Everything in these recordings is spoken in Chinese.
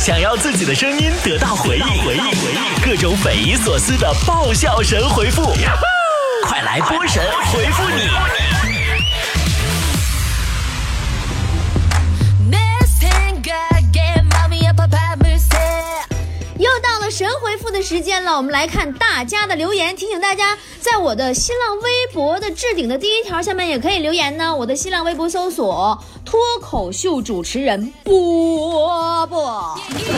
想要自己的声音得到回应，各种匪夷所思的爆笑神回复，快来波神回复你！ 又到了神回复的时间了，我们来看大家的留言。提醒大家，在我的新浪微博的置顶的第一条下面也可以留言呢。我的新浪微博搜索脱口秀主持人波波。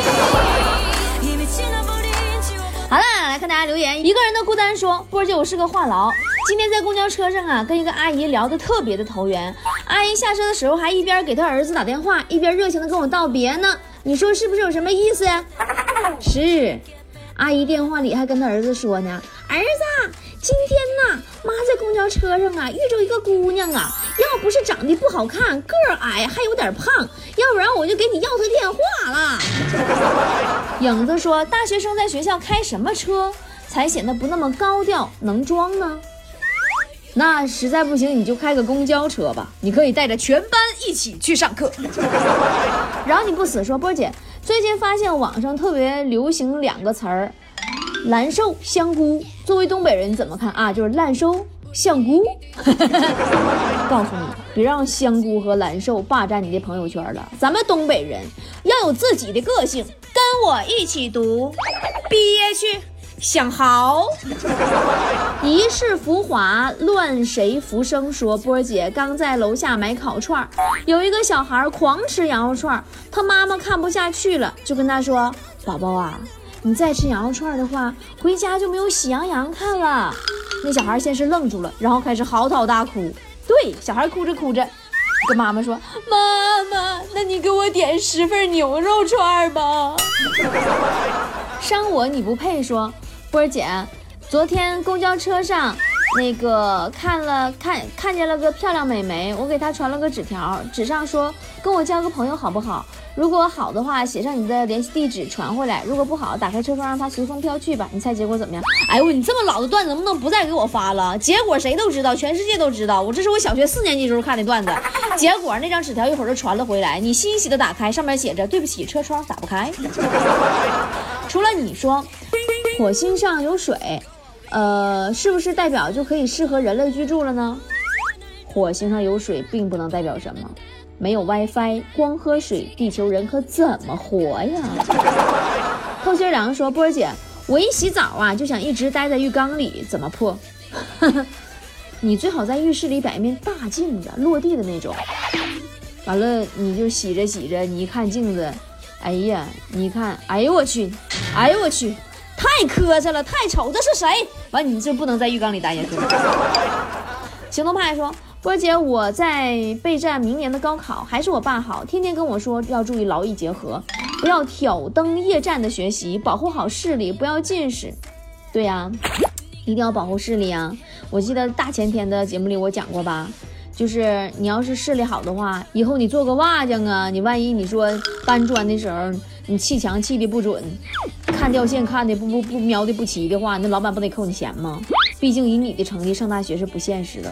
好了，来看大家留言。一个人的孤单说，波姐，我是个话痨，今天在公交车上啊，跟一个阿姨聊得特别的投缘。阿姨下车的时候还一边给她儿子打电话，一边热情的跟我道别呢。你说是不是有什么意思呀？是，阿姨电话里还跟她儿子说呢，儿子，今天呐，妈在公交车上啊遇着一个姑娘啊，要不是长得不好看，个儿矮还有点胖，要不然我就给你要她电话了。影子说，大学生在学校开什么车才显得不那么高调能装呢？那实在不行你就开个公交车吧，你可以带着全班一起去上课。然后你不死说，波姐，最近发现网上特别流行两个词儿，蓝瘦香菇，作为东北人你怎么看啊？就是烂瘦香菇。告诉你，别让香菇和蓝瘦霸占你的朋友圈了，咱们东北人要有自己的个性。跟我一起读，憋屈想豪。一世浮华乱谁浮生说，波姐刚在楼下买烤串，有一个小孩狂吃羊肉串，他妈妈看不下去了，就跟他说，宝宝啊，你再吃羊肉串的话，回家就没有喜羊羊看了。那小孩先是愣住了，然后开始嚎啕大哭。对，小孩哭着哭着跟妈妈说，妈妈，那你给我点10份牛肉串吧。伤我你不配说，波儿姐，昨天公交车上那个看见了个漂亮美眉，我给她传了个纸条，纸上说跟我交个朋友好不好？如果好的话，写上你的联系地址传回来；如果不好，打开车窗让她随风飘去吧。你猜结果怎么样？哎呦，你这么老的段子能不能不再给我发了？结果谁都知道，全世界都知道，这是我小学4年级时候看的段子。结果那张纸条一会儿就传了回来，你欣喜的打开，上面写着对不起，车窗打不开。除了你说火星上有水，是不是代表就可以适合人类居住了呢？火星上有水并不能代表什么，没有 WiFi， 光喝水，地球人可怎么活呀？透心凉说，波儿姐，我一洗澡啊就想一直待在浴缸里，怎么破？你最好在浴室里摆一面大镜子，落地的那种，完了你就洗着洗着，你一看镜子，哎呀，你一看，哎呦我去，哎呦我去，太磕碜了，太丑，这是谁？完你就不能在浴缸里待下去了。行动派说，波姐，我在备战明年的高考，还是我爸好，天天跟我说要注意劳逸结合，不要挑灯夜战的学习，保护好视力，不要近视。对呀，一定要保护视力啊！我记得大前天的节目里我讲过吧，就是你要是视力好的话，以后你做个瓦匠啊，你万一你说搬砖的时候你砌墙砌的不准，看掉线看的不瞄的不齐的话，那老板不得扣你钱吗？毕竟以你的成绩上大学是不现实的。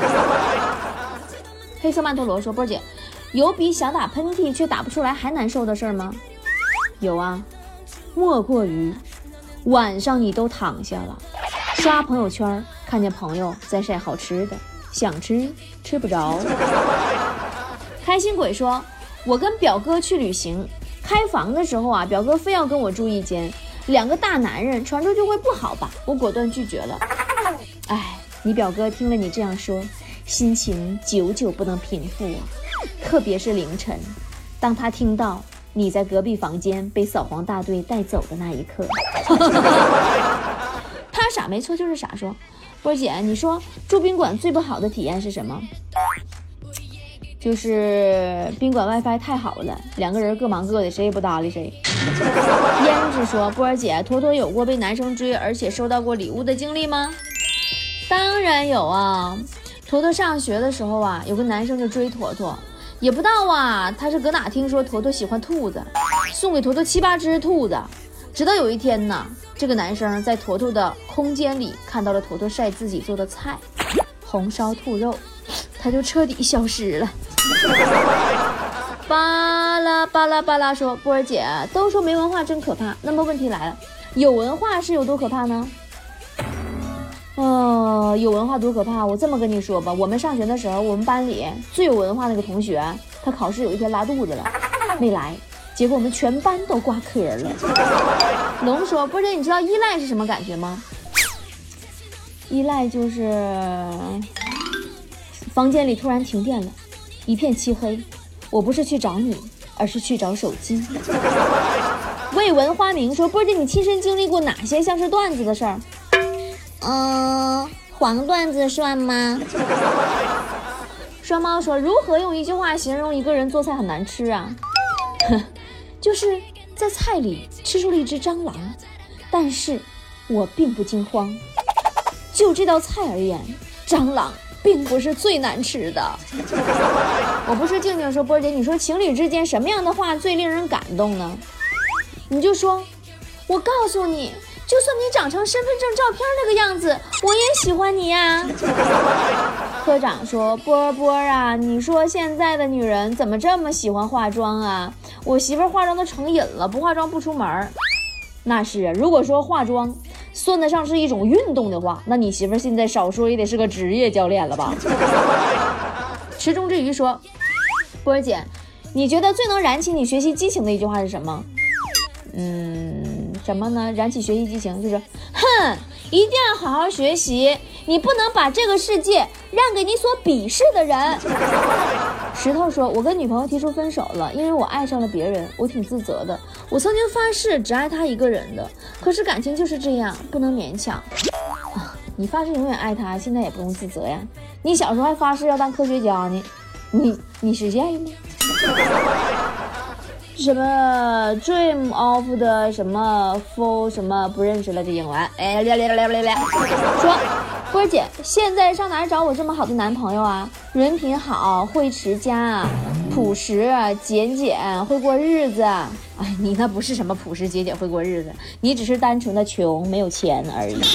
黑色曼陀罗说，波姐，有比想打喷嚏却打不出来还难受的事吗？有啊，莫过于晚上你都躺下了，刷朋友圈看见朋友在晒好吃的，想吃吃不着。开心鬼说，我跟表哥去旅行，开房的时候啊，表哥非要跟我住一间，2个大男人传出去会不好吧？我果断拒绝了。哎，你表哥听了你这样说，心情久久不能平复啊，特别是凌晨，当他听到你在隔壁房间被扫黄大队带走的那一刻。他傻没错就是傻说，波姐，你说住宾馆最不好的体验是什么？就是宾馆 WiFi 太好了，2个人各忙各的，谁也不搭理谁。胭脂说，波儿姐，坨坨有过被男生追而且收到过礼物的经历吗？当然有啊，坨坨上学的时候啊，有个男生就追坨坨，也不知道啊他是搁哪听说坨坨喜欢兔子，送给坨坨7、8只兔子。直到有一天呢，这个男生在坨坨的空间里看到了坨坨晒自己做的菜，红烧兔肉，他就彻底消失了。巴拉巴拉巴拉说，波儿姐都说没文化真可怕，那么问题来了，有文化是有多可怕呢？有文化多可怕？我这么跟你说吧，我们上学的时候，我们班里最有文化那个同学，他考试有一天拉肚子了，没来，结果我们全班都挂科了。龙说，波儿姐，你知道依赖是什么感觉吗？依赖就是房间里突然停电了，一片漆黑，我不是去找你，而是去找手机。未闻花名说，波儿姐，你亲身经历过哪些像是段子的事儿？黄段子算吗？双猫说，如何用一句话形容一个人做菜很难吃啊？就是在菜里吃出了一只蟑螂，但是我并不惊慌。就这道菜而言，蟑螂并不是最难吃的。我不是静静说，波儿姐，你说情侣之间什么样的话最令人感动呢？你就说，我告诉你，就算你长成身份证照片那个样子，我也喜欢你呀。科长说，波儿啊，你说现在的女人怎么这么喜欢化妆啊？我媳妇化妆都成瘾了，不化妆不出门。那是啊，如果说化妆算得上是一种运动的话，那你媳妇现在少说也得是个职业教练了吧？池中之鱼说，波儿姐，你觉得最能燃起你学习激情的一句话是什么？什么呢？燃起学习激情就是哼，一定要好好学习，你不能把这个世界让给你所鄙视的人。石头说，我跟女朋友提出分手了，因为我爱上了别人，我挺自责的。我曾经发誓只爱他一个人的，可是感情就是这样，不能勉强。你发誓永远爱他，现在也不用自责呀。你小时候还发誓要当科学家呢，你实现了吗？什么 dream of 的什么 for 什么不认识了，这英文说，波儿姐，现在上哪儿找我这么好的男朋友啊？人品好，会持家，朴实节俭，会过日子。哎，你那不是什么朴实节俭会过日子，你只是单纯的穷，没有钱而已。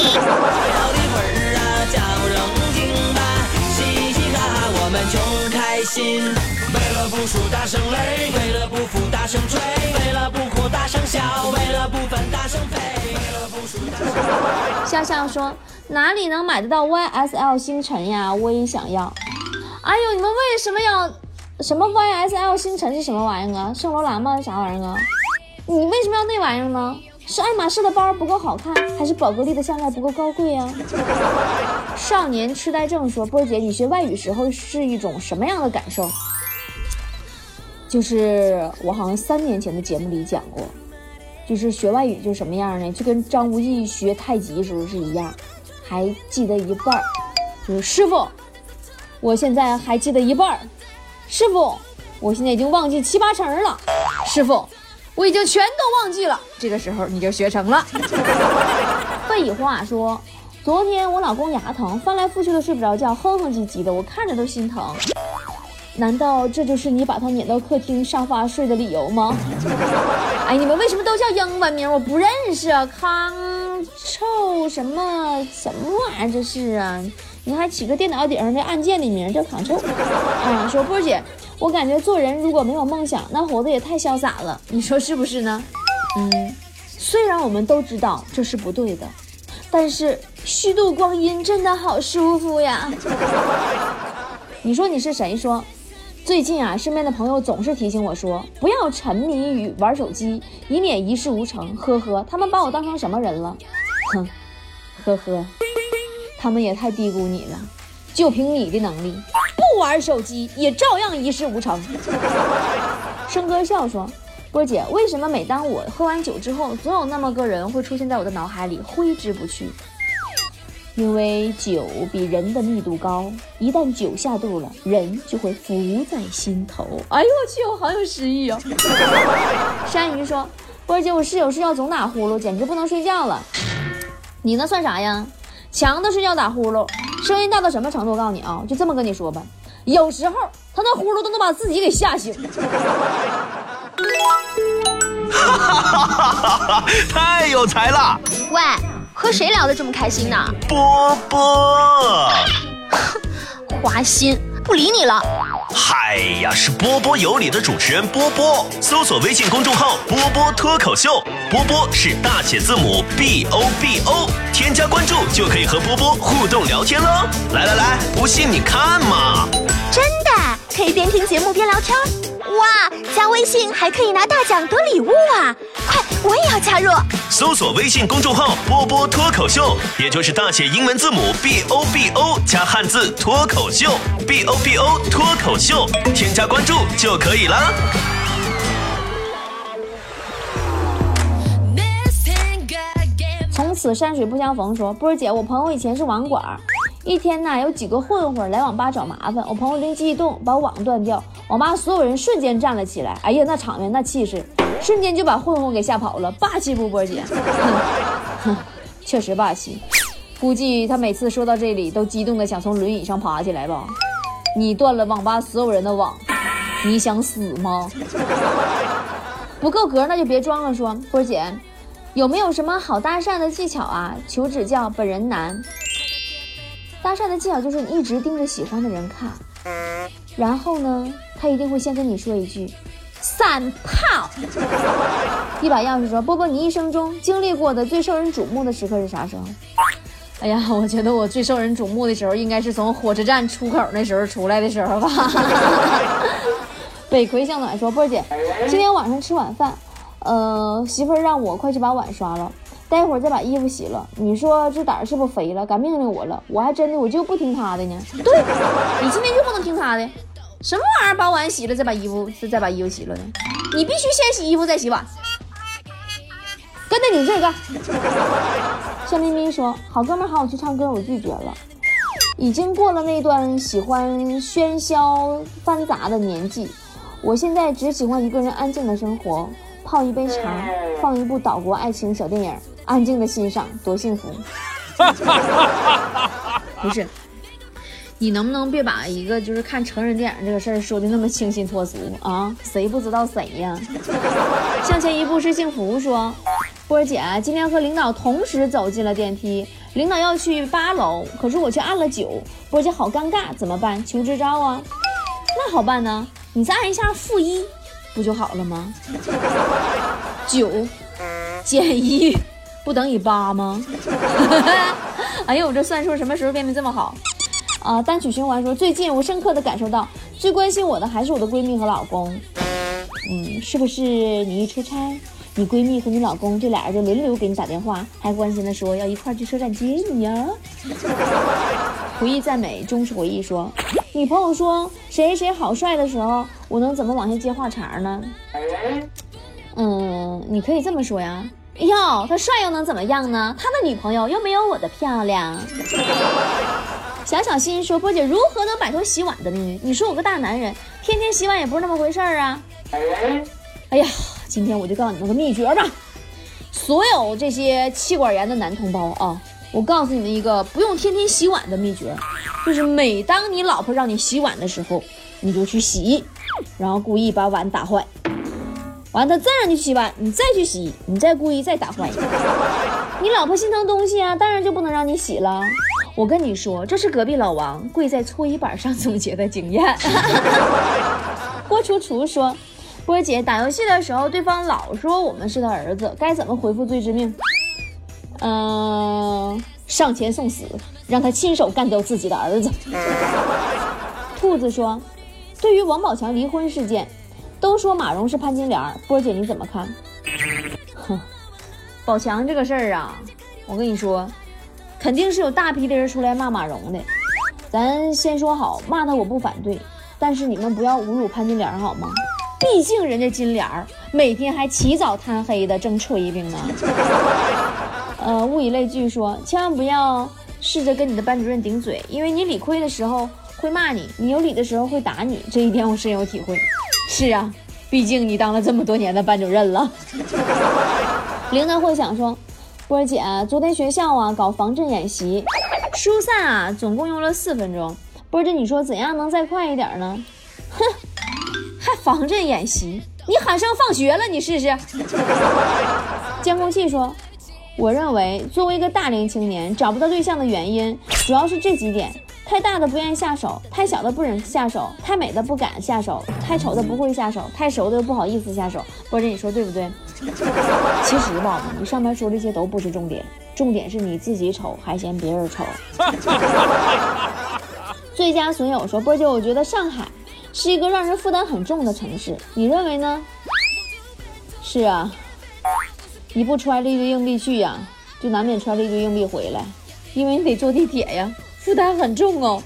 我们穷开心，为了不输大声擂，为了不服大声追，为了不哭大声笑，为了不忿大声飞，为了不输大声。笑笑说，哪里能买得到 YSL 星辰呀？我也想要。哎呦，你们为什么要什么 YSL 星辰是什么玩意儿啊？圣罗兰吗？啥玩意儿啊？你为什么要那玩意儿呢？是爱马仕的包不够好看，还是宝格丽的项链不够高贵啊？少年痴呆症说，波儿姐，你学外语时候是一种什么样的感受？就是我好像3年前的节目里讲过，就是学外语就是什么样呢？就跟张无忌学太极时候是一样，还记得一半，就是师傅，我现在还记得一半，师傅，我现在已经忘记7、8成了，师傅，我已经全都忘记了。这个时候你就学成了。废话说，昨天我老公牙疼，翻来覆去的睡不着觉，哼哼唧唧的，我看着都心疼。难道这就是你把他撵到客厅沙发睡的理由吗？哎，你们为什么都叫英文名？我不认识啊，康臭什么玩意儿这是啊？你还起个电脑顶上的按键的名叫康臭啊？说波儿姐，我感觉做人如果没有梦想，那活得也太潇洒了，你说是不是呢？虽然我们都知道这是不对的，但是虚度光阴真的好舒服呀。你说你是谁？说最近啊，身边的朋友总是提醒我说，不要沉迷于玩手机，以免一事无成。呵呵，他们把我当成什么人了？哼，呵呵，他们也太低估你了。就凭你的能力，不玩手机也照样一事无成。生哥笑说，波姐，为什么每当我喝完酒之后，总有那么个人会出现在我的脑海里，挥之不去？因为酒比人的密度高，一旦酒下肚了，人就会浮在心头。哎呦我去，我好有诗意哦。山鱼说，波姐，我室友睡觉总打呼噜，简直不能睡觉了。你那算啥呀？强的睡觉打呼噜，声音大到什么程度？我告诉你啊，就这么跟你说吧，有时候他那呼噜都能把自己给吓醒。 哈哈哈哈！太有才了！ 喂，和谁聊得这么开心呢？ 波波， 花心，不理你了。 嗨呀，是波波有理的主持人波波。搜索微信公众号波波脱口秀，波波是大写字母 BOBO， 添加关注就可以和波波互动聊天喽。来，不信你看嘛。 真的可以边听节目边聊天？哇，加微信还可以拿大奖得礼物啊！快，我也要加入。 搜索微信公众号波波脱口秀，也就是大写英文字母 BOBO 加汉字脱口秀 BOBO 脱口秀，添加关注就可以了。 从此山水不相逢说，波儿姐，我朋友以前是网管，一天呢有几个混混来网吧找麻烦，我朋友灵机一动把网断掉，网吧所有人瞬间站了起来，哎呀那场面那气势，瞬间就把混混给吓跑了，霸气不波儿姐？确实霸气，估计他每次说到这里都激动的想从轮椅上爬起来吧。你断了网吧所有人的网，你想死吗？不够格那就别装了说，波儿姐有没有什么好搭讪的技巧啊？求指教，本人难。搭讪的技巧就是你一直盯着喜欢的人看，然后呢他一定会先跟你说一句散炮。一把钥匙说，波波你一生中经历过的最受人瞩目的时刻是啥时候？哎呀，我觉得我最受人瞩目的时候应该是从火车站出口那时候出来的时候吧。北魁向暖说，波姐今天晚上吃晚饭媳妇儿让我快去把碗刷了，待会儿再把衣服洗了。你说这胆儿是不是肥了？敢命令我了，我还真的我就不听他的呢。对，你今天就不能听他的。什么玩意儿？把碗洗了再把衣服洗了呢？你必须先洗衣服再洗碗。跟着你这个。夏咪咪说，好哥们喊我去唱歌，我拒绝了。已经过了那段喜欢喧嚣繁杂的年纪，我现在只喜欢一个人安静的生活。泡一杯茶，放一部岛国爱情小电影，安静的欣赏，多幸福。不是，你能不能别把一个就是看成人电影这个事儿说的那么清新脱俗啊？谁不知道谁呀？向前一步是幸福说，波儿姐今天和领导同时走进了电梯，领导要去8楼，可是我却按了9，波儿姐好尴尬，怎么办？求支招啊！那好办呢，你再按一下-1。不就好了吗？9减1不等于8吗？哎呦，我这算术什么时候变得这么好啊？单曲循环说，最近我深刻的感受到，最关心我的还是我的闺蜜和老公。是不是你一出差，你闺蜜和你老公这俩人就轮流给你打电话，还关心的说要一块去车站接你呀？回忆赞美，终是回忆说，女朋友说谁谁好帅的时候，我能怎么往下接话茬呢？你可以这么说呀，哟，他帅又能怎么样呢？他的女朋友又没有我的漂亮。小小心说，波姐如何能摆脱洗碗的命运？你说我个大男人，天天洗碗也不是那么回事啊。哎呀，今天我就告诉你们个秘诀吧，所有这些气管炎的男同胞啊，我告诉你们一个不用天天洗碗的秘诀，就是每当你老婆让你洗碗的时候，你就去洗，然后故意把碗打坏，完了他再让你洗碗，你再去洗，你再故意再打坏，你老婆心疼东西啊，当然就不能让你洗了。我跟你说，这是隔壁老王跪在搓衣板上总结的经验。郭楚楚说，波姐打游戏的时候，对方老说我们是他儿子，该怎么回复最致命？上前送死，让他亲手干掉自己的儿子。兔子说，对于王宝强离婚事件，都说马蓉是潘金莲，波姐你怎么看？宝强这个事儿啊，我跟你说，肯定是有大批的人出来骂马蓉的。咱先说好，骂他我不反对，但是你们不要侮辱潘金莲好吗？毕竟人家金莲每天还起早贪黑的正吹病呢。物以类聚说，千万不要试着跟你的班主任顶嘴，因为你理亏的时候会骂你，你有理的时候会打你，这一点我深有体会。是啊，毕竟你当了这么多年的班主任了。铃铛会想说，波儿姐，昨天学校啊搞防震演习，疏散啊总共用了4分钟，波儿姐你说怎样能再快一点呢？哼，还防震演习，你喊上放学了你试试。监控器说，我认为作为一个大龄青年找不到对象的原因主要是这几点， 太大的不愿意下手，太小的不忍下手，太美的不敢下手，太丑的不会下手，太熟的又不好意思下手。波姐，你说对不对？其实吧，你上面说这些都不是重点，重点是你自己丑还嫌别人丑。最佳损友说，波姐，我觉得上海是一个让人负担很重的城市，你认为呢？是啊，你不揣着一堆硬币去呀，就难免揣着一堆硬币回来，因为你得坐地铁呀，负担很重哦。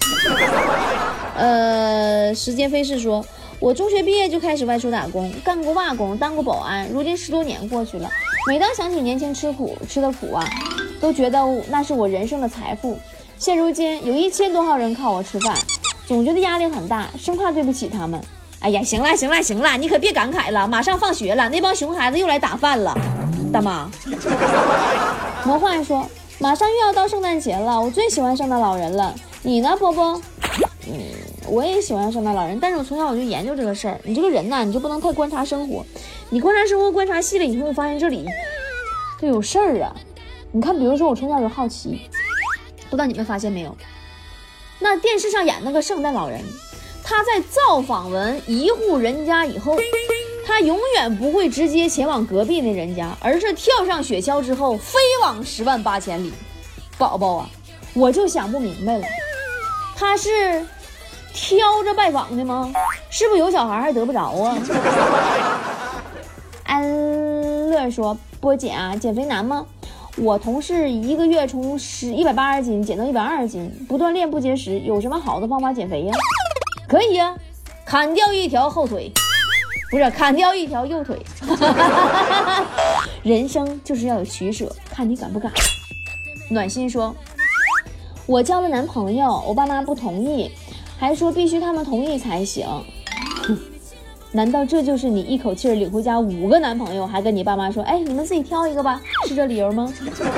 时间飞逝说，我中学毕业就开始外出打工，干过瓦工，当过保安，如今10多年过去了，每当想起年轻吃的苦啊，都觉得那是我人生的财富。现如今有1000多号人靠我吃饭，总觉得压力很大，生怕对不起他们。哎呀，行了，你可别感慨了，马上放学了，那帮熊孩子又来打饭了，大妈。魔幻说，马上又要到圣诞节了，我最喜欢圣诞老人了，你呢，波波？我也喜欢圣诞老人，但是我从小我就研究这个事儿，你这个人呐，你就不能太观察生活，你观察生活观察细了以后，会发现这里都有事儿啊。你看，比如说我从小有好奇，不知道你们发现没有，那电视上演那个圣诞老人，他在造访完一户人家以后，他永远不会直接前往隔壁那人家，而是跳上雪橇之后飞往10万8千里。宝宝啊，我就想不明白了，他是挑着拜访的吗？是不是有小孩还得不着啊？安乐说，波姐啊，减肥难吗？我同事1个月从180斤减到120斤，不锻炼不节食，有什么好的方法减肥呀？可以呀，砍掉一条后腿，不是砍掉一条右腿。人生就是要有取舍，看你敢不敢。暖心说，我交了男朋友，我爸妈不同意，还说必须他们同意才行。难道这就是你一口气领回家5个男朋友，还跟你爸妈说，哎，你们自己挑一个吧，是这理由吗？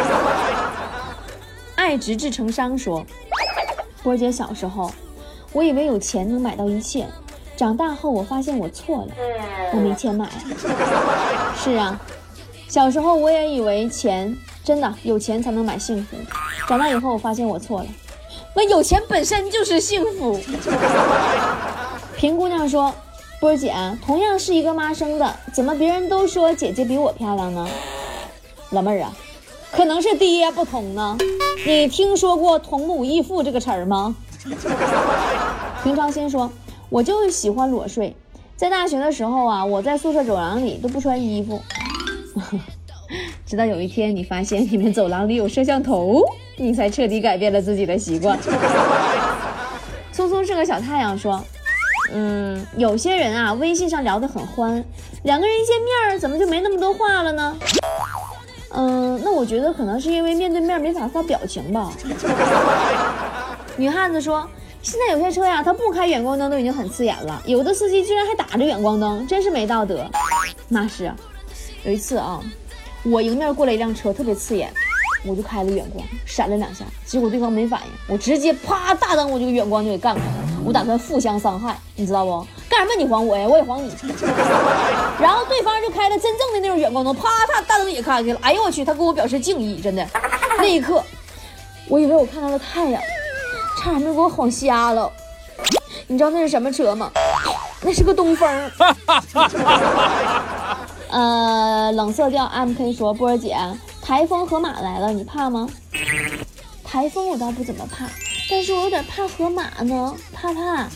爱直至成伤说，波姐，小时候我以为有钱能买到一切，长大后我发现我错了，我没钱买。是啊，小时候我也以为钱真的有钱才能买幸福，长大以后我发现我错了，那有钱本身就是幸福。平姑娘说，波姐，同样是一个妈生的，怎么别人都说姐姐比我漂亮呢？老妹儿啊，可能是爹不同呢。你听说过同母异父这个词儿吗？平常心说，我就喜欢裸睡，在大学的时候啊，我在宿舍走廊里都不穿衣服。直到有一天你发现你们走廊里有摄像头，你才彻底改变了自己的习惯。聪聪是个小太阳说，有些人啊，微信上聊得很欢，两个人一见面怎么就没那么多话了呢？那我觉得可能是因为面对面没法发表情吧。女汉子说，现在有些车呀，它不开远光灯都已经很刺眼了，有的司机居然还打着远光灯，真是没道德。那是啊，有一次啊，我迎面过来一辆车特别刺眼，我就开了远光，闪了2下，结果对方没反应，我直接啪大灯我这个远光就给干开了。我打算互相伤害，你知道不？干什么你还我呀，我也还你。然后对方就开了真正的那种远光灯，啪，他大灯也开开了。哎呦我去，他给我表示敬意，真的。那一刻，我以为我看到了太阳，差点没给我晃瞎了。你知道那是什么车吗？那是个东风。冷色调 MK 说，波儿姐，台风河马来了，你怕吗？台风我倒不怎么怕，但是我有点怕河马呢，怕。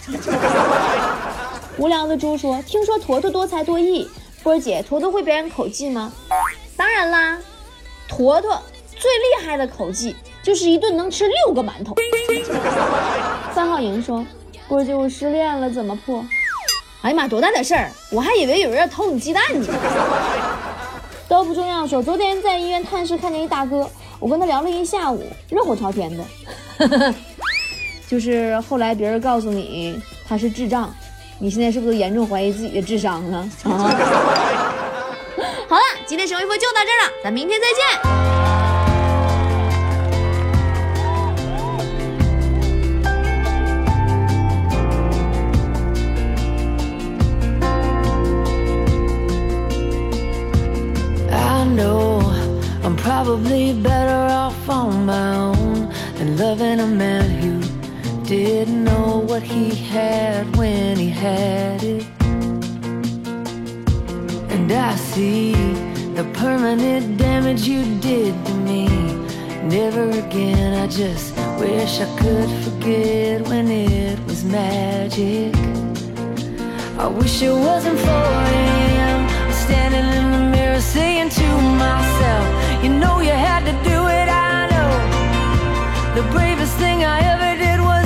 无聊的猪说，听说坨坨多才多艺，波儿姐，坨坨会表演口技吗？当然啦，坨坨最厉害的口技就是一顿能吃6个馒头。3号营说，波儿姐，我失恋了，怎么破？哎呀妈，多大点事儿，我还以为有人要偷你鸡蛋呢。都不重要说，昨天在医院探视看见一大哥，我跟他聊了一下午，热火朝天的。就是后来别人告诉你他是智障，你现在是不是都严重怀疑自己的智商了啊？好了，今天神回复就到这儿了，咱明天再见。 I'm probably better off on my own than loving a man who didn't know what he had when he had it. And I see the permanent damage you did to me. Never again, I just wish I could forget when it was magic. I wish it wasn't 4 a.m. I'm standing in the mirror saying to myself, you know you had to do it, I know. The bravest thing I ever did was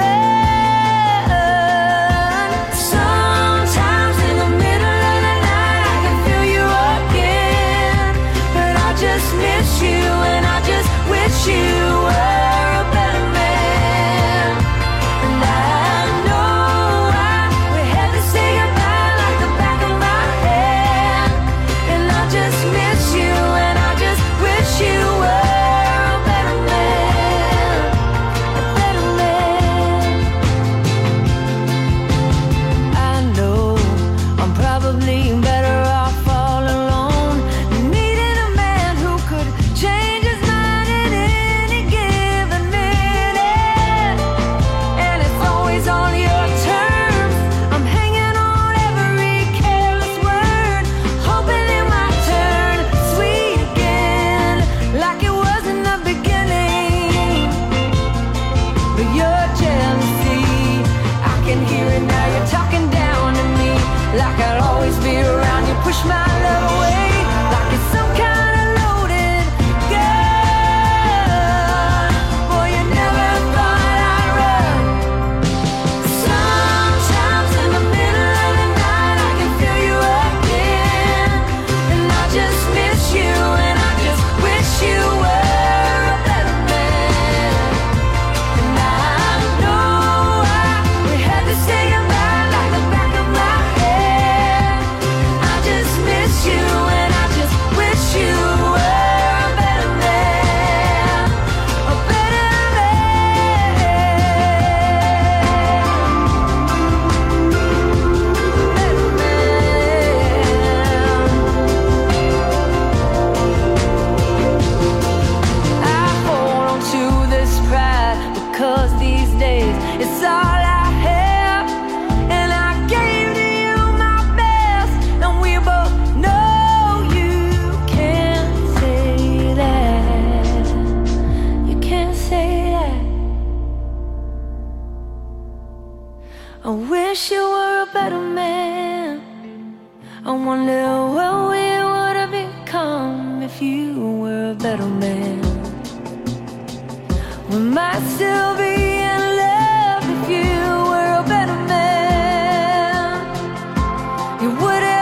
run. Sometimes in the middle of the night I can feel you again, but I just miss you and I just wish you were a better man. And I know we had to say goodbye like the back of my hand. And I just miss you and I just wish you were a better man. A better man. I know I'm probably better off all alone, needing a man who could change his mind at any given minute. And it's always on your terms. I'm hanging on every careless word, hoping it might turn sweet again, like it was in the beginning. But your jealousy, I can hear it now. You're talking down to me, like I'll always be around. You push my love away, like it's some kind of loaded gun. Boy, you never thought I'd run. Sometimes in the middle of the night I can feel you again, and I just miss you and I just wish you were a better man. And I know we had to say goodbye like the back of my head. I just miss you and I just wish you were a better man. A better I hold on to this pride because these days it's all I have, and I gave to you my best, and we both know you can't say that. You can't say that. I wish you were a better man. I wonder what we would have become if you were a better man. We might still be in love if you were a better man. You would have